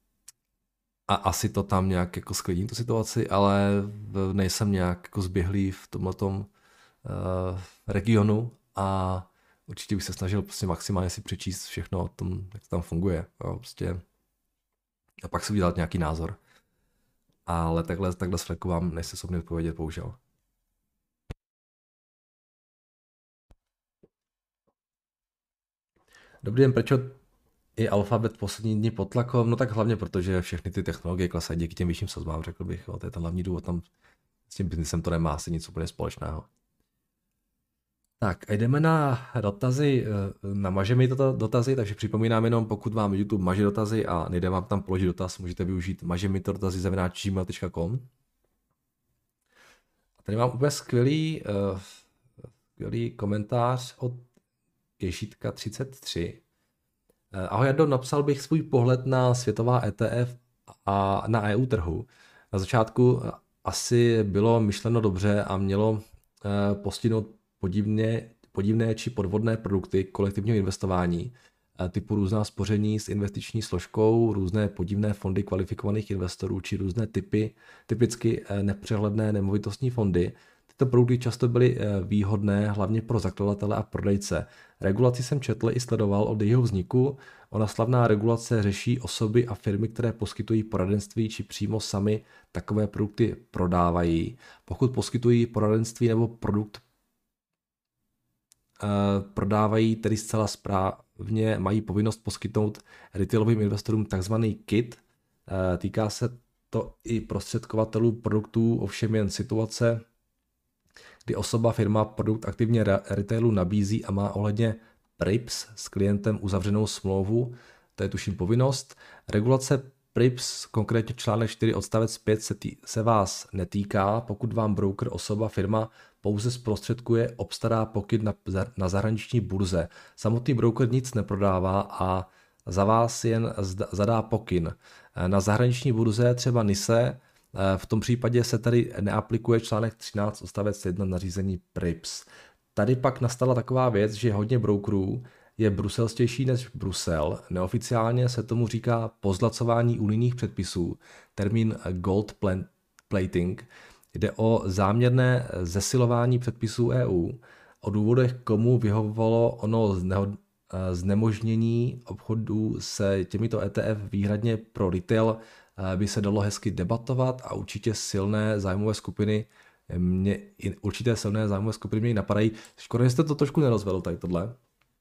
a asi to tam nějak jako sklidní tu situaci, ale nejsem nějak jako zběhlý v tomhletom uh, regionu a určitě bych se snažil prostě maximálně si přečíst všechno o tom, jak to tam funguje. Jo, prostě. A pak si udělat nějaký názor. Ale takhle, takhle s fleku vám nejste schopni odpovědět, bohužel. Dobrý den, proč je Alphabet poslední dny pod tlakem? No tak hlavně protože všechny ty technologie klesají díky těm vyšším sazbám, řekl bych. Jo. To je ten hlavní důvod, tam s tím biznesem to nemá asi nic úplně společného. Tak a jdeme na dotazy, namaže mi to dotazy, takže připomínám jenom, pokud vám YouTube maže dotazy a nejde vám tam položit dotaz, můžete využít maže mi to dotazy zavináč gmail tečka com. A tady mám úplně skvělý, uh, skvělý komentář od Ješítka třicet tři. Uh, ahoj Jardo, napsal bych svůj pohled na světová E T F a na E U trhu. Na začátku asi bylo myšleno dobře a mělo uh, postihnout podivné, podivné či podvodné produkty kolektivního investování, typu různá spoření s investiční složkou, různé podivné fondy kvalifikovaných investorů či různé typy, typicky nepřehledné nemovitostní fondy. Tyto produkty často byly výhodné hlavně pro zakladatele a prodejce. Regulaci jsem četl i sledoval od jejího vzniku. Ona slavná regulace řeší osoby a firmy, které poskytují poradenství či přímo sami takové produkty prodávají. Pokud poskytují poradenství nebo produkt prodávají, tedy zcela správně mají povinnost poskytnout retailovým investorům takzvaný kit. Týká se to i prostředkovatelů produktů, ovšem jen situace, kdy osoba, firma produkt aktivně retailu nabízí a má ohledně P R I P S s klientem uzavřenou smlouvu, to je tuším povinnost. Regulace P R I P S, konkrétně článek čtyři odstavec pět se, tý, se vás netýká, pokud vám broker, osoba, firma pouze zprostředkuje, obstará pokyn na, na zahraniční burze. Samotný broker nic neprodává a za vás jen zadá pokyn. Na zahraniční burze, třeba N Y S E, v tom případě se tady neaplikuje článek třináct odstavec jedna nařízení P R I P S. Tady pak nastala taková věc, že hodně brokerů je bruselstější než Brusel. Neoficiálně se tomu říká pozlacování unijních předpisů, termín gold plating. Jde o záměrné zesilování předpisů E U. O důvodech, komu vyhovovalo ono znemožnění obchodů se těmito E T F výhradně pro retail, by se dalo hezky debatovat a určitě silné zájmové skupiny mě, určité silné zájmové skupiny mě napadají. Škoda, že jste to trošku nerozvedl tady tohle.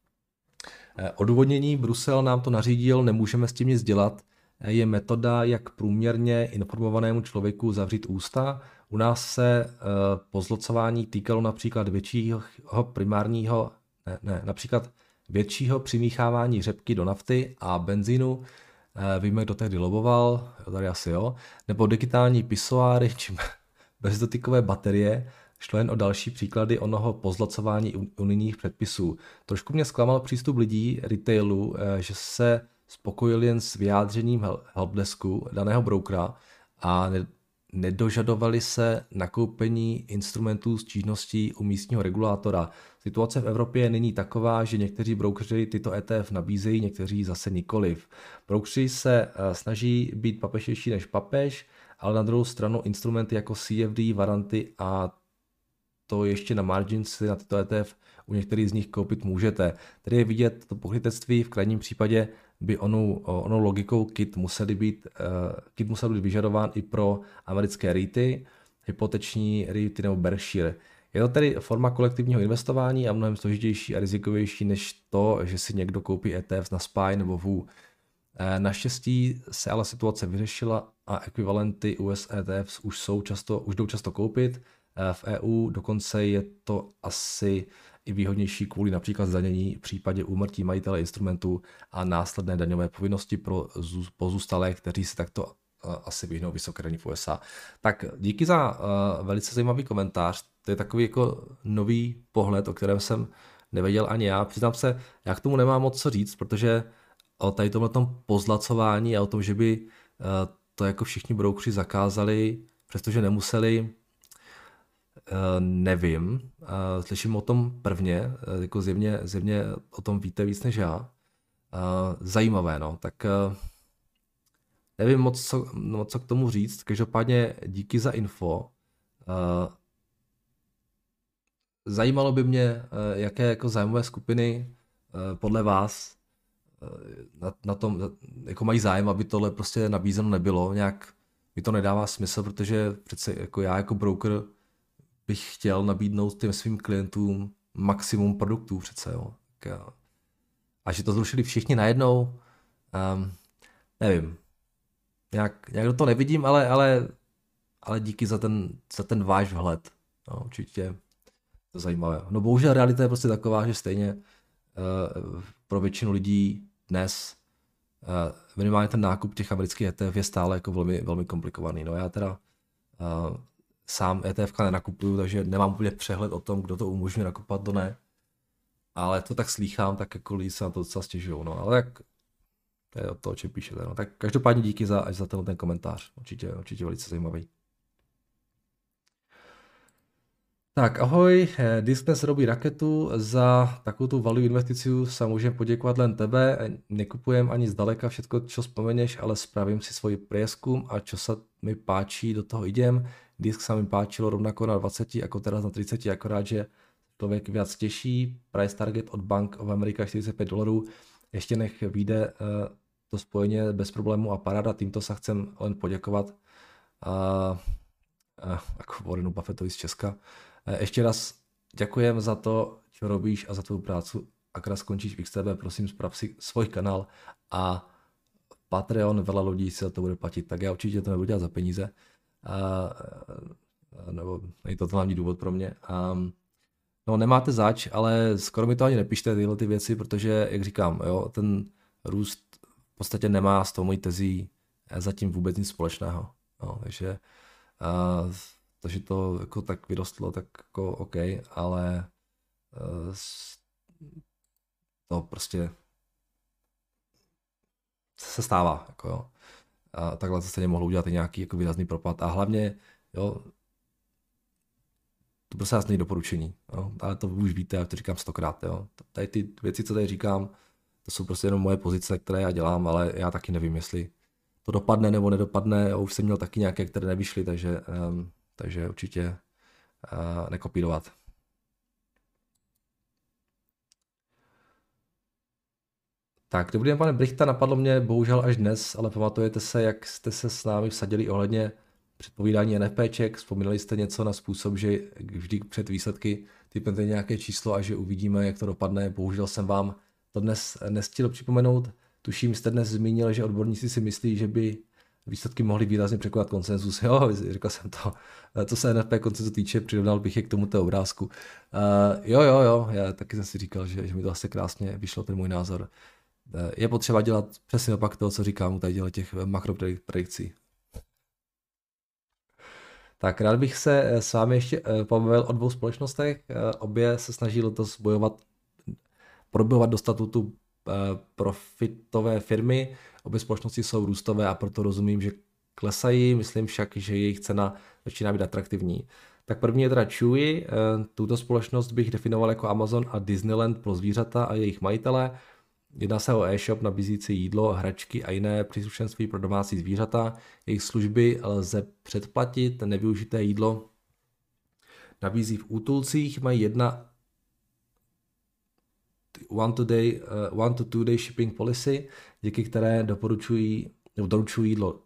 Odůvodnění Brusel nám to nařídil, nemůžeme s tím nic dělat, je metoda, jak průměrně informovanému člověku zavřít ústa. U nás se pozlocování týkalo například většího primárního, ne, ne, například většího přimíchávání řepky do nafty a benzínu, víme, kdo tehdy loboval, tady asi jo, nebo digitální pisoáry či bezdotykové baterie. Šlo jen o další příklady onoho pozlacování unijních předpisů. Trošku mě zklamal přístup lidí retailu, že se spokojili jen s vyjádřením helpdesku daného brokera a nedožadovali se nakoupení instrumentů stížností u místního regulátora. Situace v Evropě je nyní taková, že někteří brokeři tyto E T F nabízejí, někteří zase nikoliv. Brokeři se snaží být papežštější než papež, ale na druhou stranu instrumenty jako C F D, varanty a to ještě na margin si na tyto E T F u některých z nich koupit můžete. Tady je vidět to pokrytectví, v krajním případě by onou, onou logikou K I T museli být, uh, K I T musel být vyžadován i pro americké REITy, hypoteční REITy nebo Berkshire. Je to tedy forma kolektivního investování a mnohem složitější a rizikovější než to, že si někdo koupí E T F na S P Y nebo V U. Naštěstí se ale situace vyřešila a ekvivalenty U S E T F už, jsou často, už jdou často koupit. V E U dokonce je to asi i výhodnější kvůli například zdanění v případě úmrtí majitele instrumentu a následné daňové povinnosti pro pozůstalé, kteří se takto asi vyhnou vysoké daní v U S A. Tak díky za uh, velice zajímavý komentář. To je takový jako nový pohled, o kterém jsem nevěděl ani já. Přiznám se, já k tomu nemám moc co říct, protože o tady tomhletom pozlacování a o tom, že by uh, to jako všichni broukři zakázali, přestože nemuseli, uh, nevím. Uh, slyším o tom prvně, uh, jako zjevně, zjevně o tom víte víc než já. Uh, zajímavé, no. Tak uh, nevím moc co, no, co k tomu říct. Každopádně díky za info. Uh, zajímalo by mě, uh, jaké jako zájmové skupiny uh, podle vás Na, na tom, jako mají zájem, aby tohle prostě nabízeno nebylo, nějak mi to nedává smysl, protože přece jako já jako broker bych chtěl nabídnout těm svým klientům maximum produktů přece, jo. Tak, a že to zrušili všichni najednou, um, nevím, nějak, nějak to nevidím, ale, ale, ale díky za ten, za ten váš vhled, no, určitě to zajímavé. No bohužel realita je prostě taková, že stejně uh, pro většinu lidí dnes uh, minimálně ten nákup těch amerických E T F je stále jako velmi, velmi komplikovaný. No já teda uh, sám E T F ka nenakupuju, takže nemám úplně přehled o tom, kdo to umožňuje nakupovat, to ne. Ale to tak slýchám, tak jako lidi se na to docela stěžují. No ale tak to je to, o čem píšete. No. Tak každopádně díky za, až za ten, ten komentář. Určitě, určitě velice zajímavý. Tak ahoj, Disk dnes robí raketu, za takovou tu value investici sa môžem poděkovat len tebe, nekupujem ani zdaleka všetko, čo spomeneš, ale spravím si svoj prieskum a čo sa mi páči, do toho idem. Disk sa mi páčilo rovnako na dvaceti, ako teraz na tridsiati, akorát, že člověk viac těší. Price target od Bank of America štyridsaťpäť dolarů, ešte nech vyjde to spojenie bez problému a paráda, týmto sa chcem len poděkovat a, a, ako Warrenu Buffettovi z Česka. Ešte raz ďakujem za to, čo robíš a za tvoju prácu. Ak raz skončíš v X T B, prosím, sprav si svoj kanál a Patreon, veľa ľudí si za to bude platiť, tak já určitě to nebudu dělat za peníze. A, nebo není to hlavní důvod pro mě. A, no nemáte zač, ale skoro mi to ani nepíšte tyhle ty věci, protože, jak říkám, jo, ten růst podstatě nemá s tou mojí tezí zatím vůbec nic společného. No, takže, uh, takže to jako tak vyrostlo, tak jako OK, ale uh, to prostě se stává. Jako jo. A takhle se stejně mohlo udělat i nějaký jako výrazný propad. A hlavně, jo, to prostě vás není doporučení, jo, ale to už víte, já to říkám stokrát. Jo. Tady ty věci, co tady říkám, to jsou prostě jenom moje pozice, které já dělám, ale já taky nevím, jestli to dopadne nebo nedopadne. Já už jsem měl taky nějaké, které nevyšly, takže, um, takže určitě uh, nekopírovat. Tak, dobrý den, pane Brichta, napadlo mě bohužel až dnes, ale pamatujete se, jak jste se s námi vsadili ohledně předpovídání NFPček, vzpomínali jste něco na způsob, že vždy před výsledky typnete nějaké číslo a že uvidíme, jak to dopadne. Bohužel jsem vám to dnes nestihl připomenout. Tuším, jste dnes zmínil, že odborníci si myslí, že by výsledky mohly výrazně překonat konsenzus. Jo, řekl jsem to. Co se N F P konsenzu týče, přirovnal bych je k tomuto obrázku. Uh, jo, jo, jo, já taky jsem si říkal, že, že mi to asi krásně vyšlo, ten můj názor. Uh, je potřeba dělat přesně opak toho, co říkám, tady dělat těch makropredikcí. Tak rád bych se s vámi ještě pobavil o dvou společnostech. Obě se snaží letos bojovat, probojovat do statutu profitové firmy. Obě společnosti jsou růstové a proto rozumím, že klesají. Myslím však, že jejich cena začíná být atraktivní. Tak první je teda Chewy. Tuto společnost bych definoval jako Amazon a Disneyland pro zvířata a jejich majitele. Jedná se o e-shop nabízící jídlo, hračky a jiné příslušenství pro domácí zvířata. Jejich služby lze předplatit, nevyužité jídlo nabízí v útulcích, mají jedna one to, day, uh, one to two day shipping policy, díky které doporučují, doručují jídlo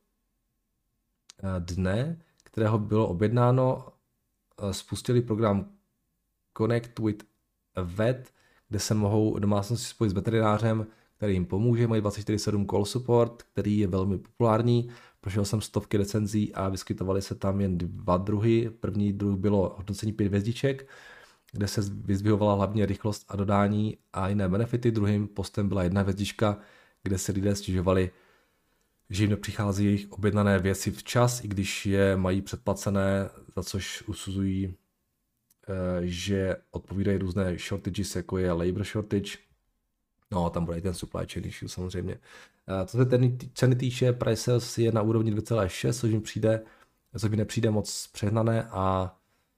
dne, kterého bylo objednáno. Spustili program Connect with a Vet, kde se mohou domácnosti spojit s veterinářem, který jim pomůže. Mají dvacet čtyři sedm call support, který je velmi populární. Prošel jsem stovky recenzí a vyskytovaly se tam jen dva druhy. První druh bylo hodnocení pět hvězdiček, kde se vyzdvihovala hlavně rychlost a dodání a jiné benefity. Druhým postem byla jedna hvězdička, kde se lidé stěžovali, že jim nepřichází jejich objednané věci včas, i když je mají předplacené, za což usuzují, že odpovídají různé shortages, jako je labor shortage. No, tam bude i ten supply chain issue samozřejmě. Co se ten ceny týče, prices je na úrovni dva celá šest, což mi přijde, což mi nepřijde moc přehnané a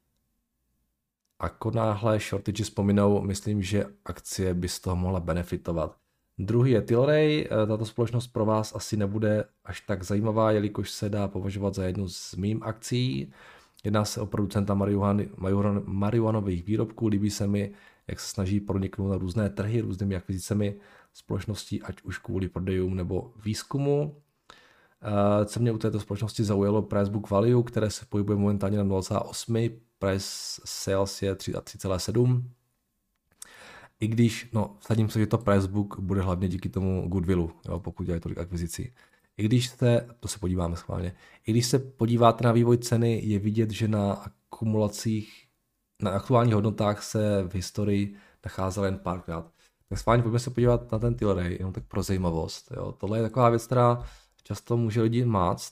ako náhle shortages pominou, myslím, že akcie by z toho mohla benefitovat. Druhý je Tilray. Tato společnost pro vás asi nebude až tak zajímavá, jelikož se dá považovat za jednu z mým akcí. Jedná se o producenta marihuany, marihuanových výrobků. Líbí se mi, jak se snaží proniknout na různé trhy různými akvizicemi společností, ať už kvůli prodejům nebo výzkumu. Co mě u této společnosti zaujalo, price book value, které se pohybuje momentálně na nula celá osm, price sales je tři celá sedm. I když, no, vsadím se, že to price book bude hlavně díky tomu goodwillu, jo, pokud dělají tolik akvizicí. I když se, to se podíváme schválně, i když se podíváte na vývoj ceny, je vidět, že na akumulacích, na aktuálních hodnotách se v historii nacházel jen párkrát. Tak schválně pojďme se podívat na ten Tilray, jenom tak pro zajímavost. Jo. Tohle je taková věc, která často může lidi máct.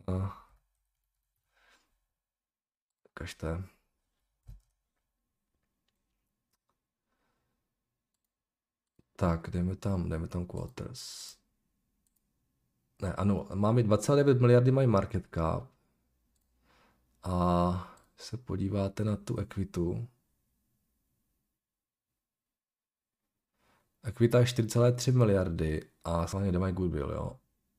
Ukažte. Tak, jdeme tam, jdeme tam quarters. Ne, ano, máme dva celá devět miliardy mají market cap. A se podíváte na tu equitu. Equita je čtyři celá tři miliardy a samozřejmě kde mají goodwill, jo.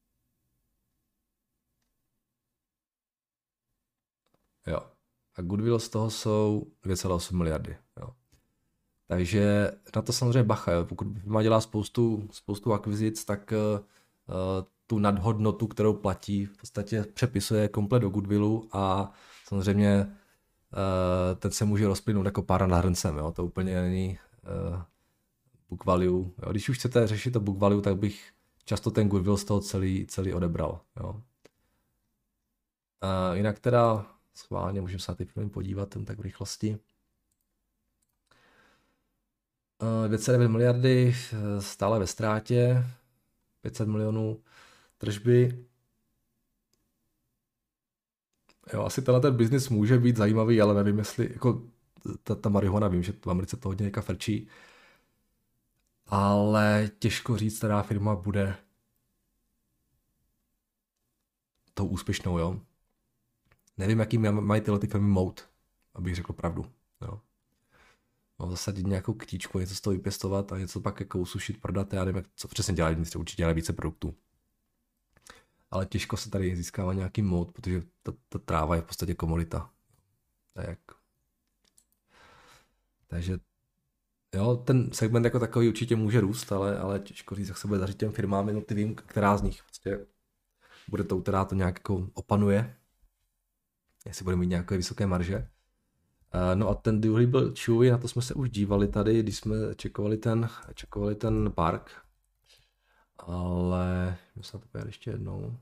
Jo. A goodwill z toho jsou dvě celá osm miliardy, jo. Takže na to samozřejmě bacha, jo. Pokud má dělá spoustu, spoustu akvizic, tak uh, tu nadhodnotu, kterou platí, v podstatě přepisuje komplet do goodwillu a samozřejmě uh, ten se může rozplynout jako pára na hrncem, jo. To úplně není uh, book value. Jo. Když už chcete řešit to book value, tak bych často ten goodwill z toho celý, celý odebral, jo. Uh, jinak teda schválně můžeme se na ty filmy podívat tak v rychlosti. dvě celá devět miliardy stále ve ztrátě. pět set milionů tržby. Jo, asi tenhle ten biznis může být zajímavý, ale nevím, jestli, jako ta, ta marihuana, vím, že v Americe to hodně něka frčí, ale těžko říct, která firma bude tou úspěšnou, jo. Nevím, jaký mají tyhle ty firmy mout, abych řekl pravdu, jo. No, zasadit nějakou kytičku, něco z toho vypěstovat a něco pak jako usušit, prodat, já nevím, jak, co přesně dělají, určitě dělají více produktů. Ale těžko se tady získává nějaký mód, protože ta, ta tráva je v podstatě komodita. Tak. Takže jo, ten segment jako takový určitě může růst, ale, ale těžko říct, jak se bude dařit těm firmám jednotlivým, která z nich prostě bude to, která to nějak jako opanuje, jestli bude mít nějaké vysoké marže. No a ten druhý byl Chewy, na to jsme se už dívali tady, když jsme čekovali ten, čekovali ten park. Ale musím na to pojít ještě jednou.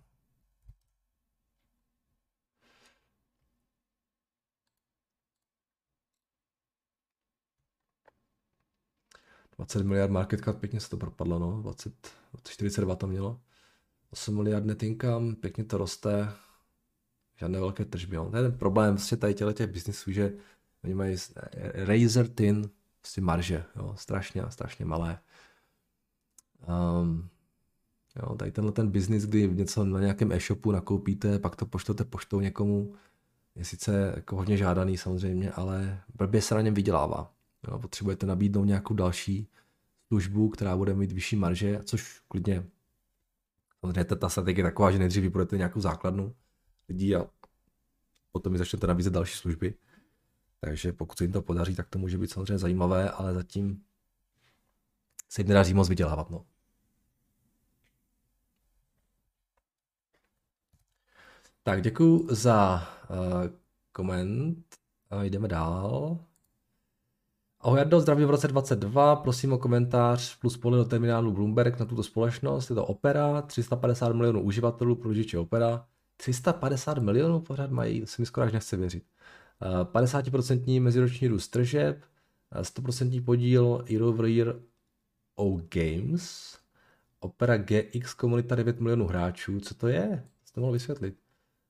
dvacet miliard market cap, pěkně se to propadlo, no, dvacet, čtyřicet dva to mělo. osm miliard net income, pěkně to roste, žádné velké tržby. No. To je ten problém vlastně tady těle těch biznisů, že oni mají razor thin vlastně marže, jo, strašně, strašně malé. Um, jo, tady tenhle ten biznis, kdy něco na nějakém e-shopu nakoupíte, pak to pošlete poštou někomu, je sice jako hodně žádaný samozřejmě, ale blbě se na něm vydělává. Jo, potřebujete nabídnout nějakou další službu, která bude mít vyšší marže, což klidně samozřejmě ta strategie je taková, že nejdřív vybudete nějakou základnu lidí a potom mi začnete nabízet další služby. Takže pokud se jim to podaří, tak to může být samozřejmě zajímavé, ale zatím se jim nedaří moc vydělávat. No. Tak děkuji za uh, koment. Uh, jdeme dál. Ahoj Jardo, zdravím v roce dvacet dva, prosím o komentář plus pole do terminálu Bloomberg na tuto společnost. Je to Opera, tři sta padesát milionů uživatelů pro užiče Opera. tři sta padesát milionů pořád mají, to si mi skoro až nechce věřit. padesát procent meziroční růst tržeb, sto procent podíl year over year o Games, Opera G X komunita devět milionů hráčů, co to je? Co to mohlo vysvětlit?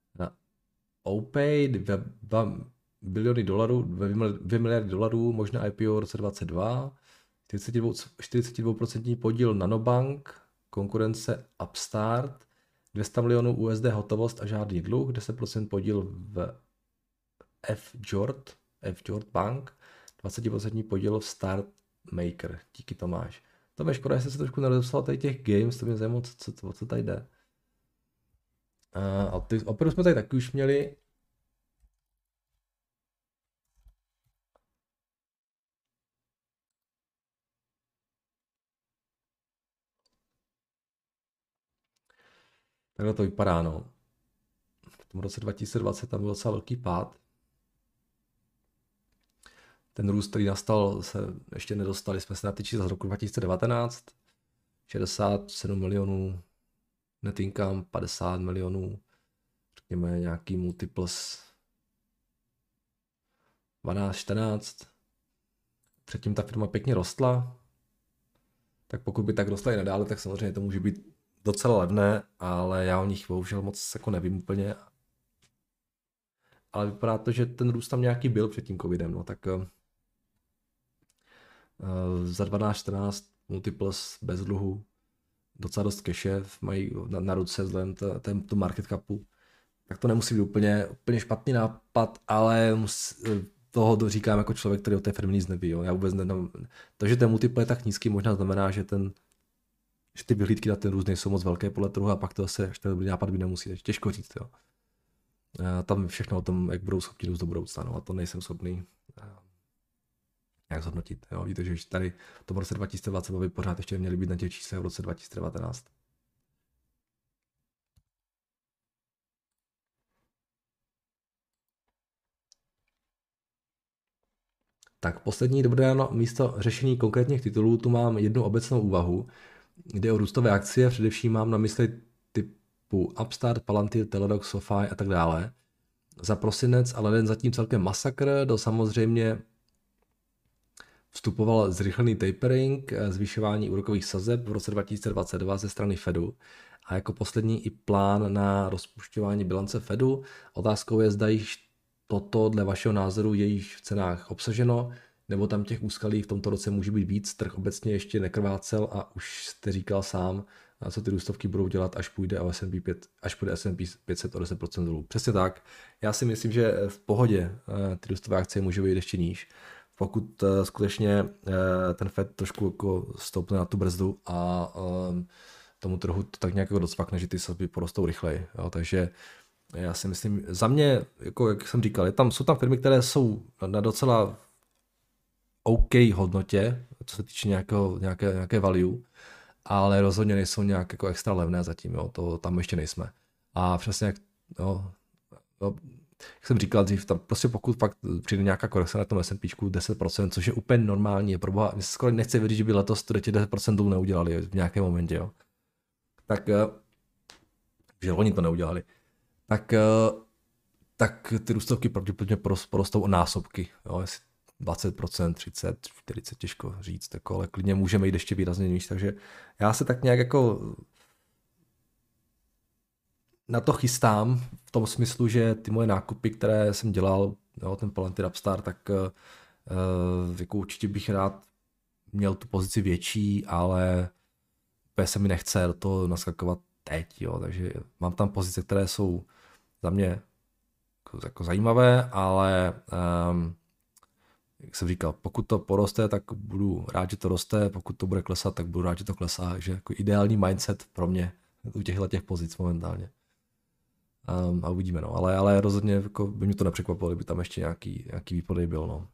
OPay dva biliony dolarů, dvě miliardy dolarů, možná I P O v roce dvacet dva, čtyřicet dva procent podíl Nanobank, konkurence Upstart, dvě stě milionů U S D hotovost a žádný dluh, deset procent podíl v F-Jort, F-Jort Bank, dvacet procent podíl v Start Maker. Díky Tomáš. To je škoda, jestli se trošku nedostalo tady těch games, to mě zajímalo, co, co, co tady jde. A ty operu jsme tady taky už měli. Takhle to vypadá, no. V tom roce dva tisíce dvacet tam byl docela velký pád. Ten růst, který nastal, se ještě nedostali jsme se na ty čísla z roku dva tisíce devatenáct. šedesát sedm milionů net income, padesát milionů, řekněme nějaký multiples dvanáct čtrnáct. Předtím ta firma pěkně rostla, tak pokud by tak rostla i nadále, tak samozřejmě to může být docela levné, ale já o nich bohužel moc jako nevím úplně. Ale vypadá to, že ten růst tam nějaký byl před tím covidem, no tak uh, za dvanáct čtrnáct multiples bez dluhu, docela dost cache mají na, na ruce vzhledem to market capu, tak to nemusí být úplně, úplně špatný nápad, ale mus, toho říkám jako člověk, který o té firmy nic neví. Jo. Já vůbec nevím. To, že ten multiple je tak nízký, možná znamená, že, ten, že ty vyhlídky na ten růst nejsou moc velké podle trhu a pak to se až ten dobrý nápad by nemusí. Těžko říct. Jo. Tam všechno o tom, jak budou schopni růst do budoucna, no, a to nejsem schopný jak zhodnotit. Jo. Víte, že tady v tom roce dva tisíce dvacet by pořád ještě měly být na těch číslech v roce dva tisíce devatenáct. Tak poslední dobré ráno, místo řešení konkrétních titulů tu mám jednu obecnou úvahu, kde o růstové akcie, především mám na mysli typu Upstart, Palantir, Teladoc, SoFi a tak dále. Za prosinec, ale jen zatím celkem masakr, do samozřejmě vstupoval zrychlený tapering, zvyšování úrokových sazeb v roce dva tisíce dvacet dva ze strany Fedu a jako poslední i plán na rozpušťování bilance Fedu. Otázkou je, zda již toto dle vašeho názoru je již v cenách obsaženo, nebo tam těch úskalí v tomto roce může být víc, trh obecně ještě nekrvácel a už jste říkal sám, co ty růstovky budou dělat, až půjde o S and P pět, až půjde S and P pět set o deset procent dolů. Přesně tak. Já si myslím, že v pohodě ty růstové akcie můžou být ještě níž, pokud skutečně ten Fed trošku jako stoupne na tu brzdu a tomu trhu to tak nějak docvakne, že ty sazby porostou rychleji. Jo? Takže já si myslím, za mě, jako jak jsem říkal, je tam, jsou tam firmy, které jsou na docela OK hodnotě, co se týče nějakého, nějaké, nějaké value, ale rozhodně nejsou nějak jako extra levné zatím, jo, to tam ještě nejsme. A přesně jak, jo, jo, jak jsem říkal dřív, tam prostě pokud fakt přijde nějaká korekce na tom S and P deset procent, což je úplně normální, je proboha, mě se skoro nechce vědět, že by letos studenti deset procent dolů neudělali jo, v nějakém momentě, jo. Tak, že oni to neudělali, tak, tak ty růstovky pravděpodobně porostou o násobky, jo, jestli dvacet procent, třicet, čtyřicet, těžko říct, jako, ale klidně můžeme jít ještě výrazně níž, takže já se tak nějak jako na to chystám v tom smyslu, že ty moje nákupy, které jsem dělal, jo, ten Palantir Upstart, tak uh, jako určitě bych rád měl tu pozici větší, ale se mi nechce do toho naskakovat teď, jo, takže mám tam pozice, které jsou za mě jako, jako zajímavé, ale um, jak jsem říkal, pokud to poroste, tak budu rád, že to roste, pokud to bude klesat, tak budu rád, že to klesá, takže jako ideální mindset pro mě u těchto těch pozic momentálně. Um, a uvidíme, no, ale, ale rozhodně jako by mě to nepřekvapilo, kdyby tam ještě nějaký, nějaký výprodej byl, no.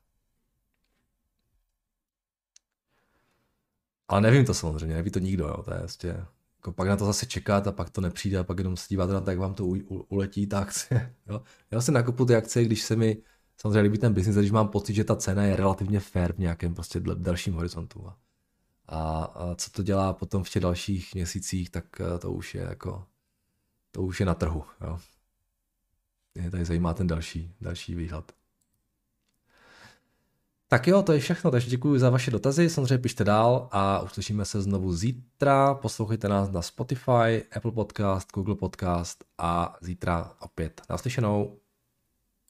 Ale nevím to samozřejmě, neví to nikdo, jo, to je vlastně, jako pak na to zase čekat a pak to nepřijde a pak jenom se díváte na to, jak vám to u, u, uletí ta akcie, jo. Já si nakupuji ty akcie, když se mi samozřejmě líbí ten biznis, když mám pocit, že ta cena je relativně fair v nějakém prostě dalším horizontu. A, a co to dělá potom v těch dalších měsících, tak to už je jako, to už je na trhu, jo. Mě tady zajímá ten další, další výhled. Tak jo, to je všechno, takže děkuji za vaše dotazy, samozřejmě pište dál a uslyšíme se znovu zítra, poslouchejte nás na Spotify, Apple Podcast, Google Podcast a zítra opět naslyšenou.